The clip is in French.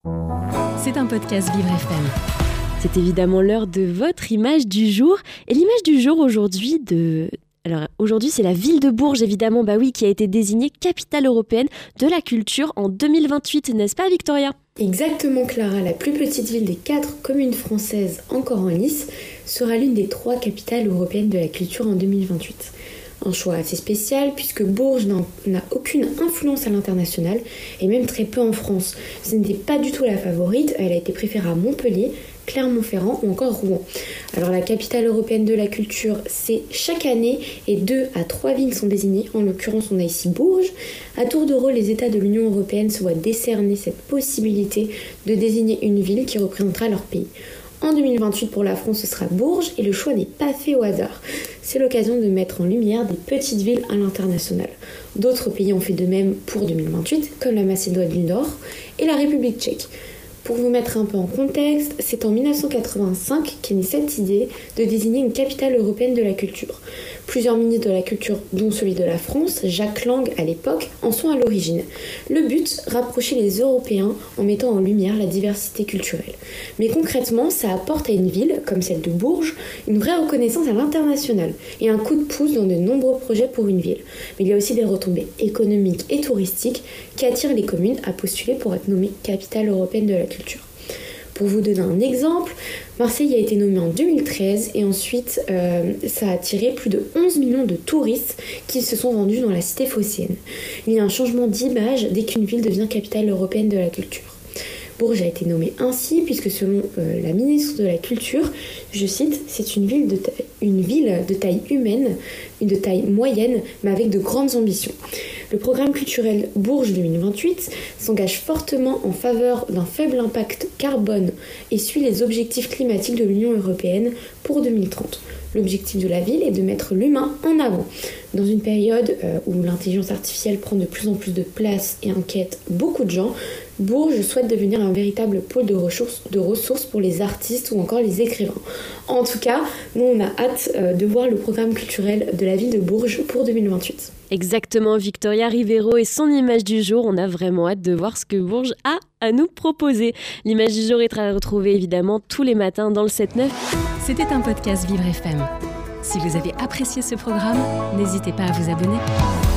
C'est un podcast Vivre FM. C'est évidemment l'heure de votre image du jour. Et l'image du jour aujourd'hui c'est la ville de Bourges, évidemment, qui a été désignée capitale européenne de la culture en 2028, n'est-ce pas Victoria ? Exactement Clara, la plus petite ville des 4 communes françaises encore en lice sera l'une des 3 capitales européennes de la culture en 2028. Un choix assez spécial puisque Bourges n'a aucune influence à l'international et même très peu en France. Ce n'était pas du tout la favorite, elle a été préférée à Montpellier, Clermont-Ferrand ou encore Rouen. Alors la capitale européenne de la culture, c'est chaque année et 2 à 3 villes sont désignées. En l'occurrence, on a ici Bourges. À tour de rôle, les États de l'Union européenne se voient décerner cette possibilité de désigner une ville qui représentera leur pays. En 2028, pour la France, ce sera Bourges et le choix n'est pas fait au hasard. C'est l'occasion de mettre en lumière des petites villes à l'international. D'autres pays ont fait de même pour 2028, comme la Macédoine du Nord et la République tchèque. Pour vous mettre un peu en contexte, c'est en 1985 qu'est née cette idée de désigner une capitale européenne de la culture. Plusieurs ministres de la culture, dont celui de la France, Jacques Lang à l'époque, en sont à l'origine. Le but, rapprocher les Européens en mettant en lumière la diversité culturelle. Mais concrètement, ça apporte à une ville, comme celle de Bourges, une vraie reconnaissance à l'international et un coup de pouce dans de nombreux projets pour une ville. Mais il y a aussi des retombées économiques et touristiques qui attirent les communes à postuler pour être nommées capitale européenne de la culture. Pour vous donner un exemple, Marseille a été nommée en 2013 et ensuite ça a attiré plus de 11 millions de touristes qui se sont rendus dans la cité phocéenne. Il y a un changement d'image dès qu'une ville devient capitale européenne de la culture. Bourges a été nommée ainsi puisque selon la ministre de la Culture, je cite, c'est une ville de taille humaine, de taille moyenne, mais avec de grandes ambitions. Le programme culturel Bourges 2028 s'engage fortement en faveur d'un faible impact carbone et suit les objectifs climatiques de l'Union européenne pour 2030. L'objectif de la ville est de mettre l'humain en avant. Dans une période où l'intelligence artificielle prend de plus en plus de place et inquiète beaucoup de gens, Bourges souhaite devenir un véritable pôle de ressources pour les artistes ou encore les écrivains. En tout cas, nous on a hâte de voir le programme culturel de la ville de Bourges pour 2028. Exactement, Victoria Rivero et son image du jour, on a vraiment hâte de voir ce que Bourges a à nous proposer. L'image du jour est à retrouver évidemment tous les matins dans le 7-9. C'était un podcast Vivre FM. Si vous avez apprécié ce programme, n'hésitez pas à vous abonner.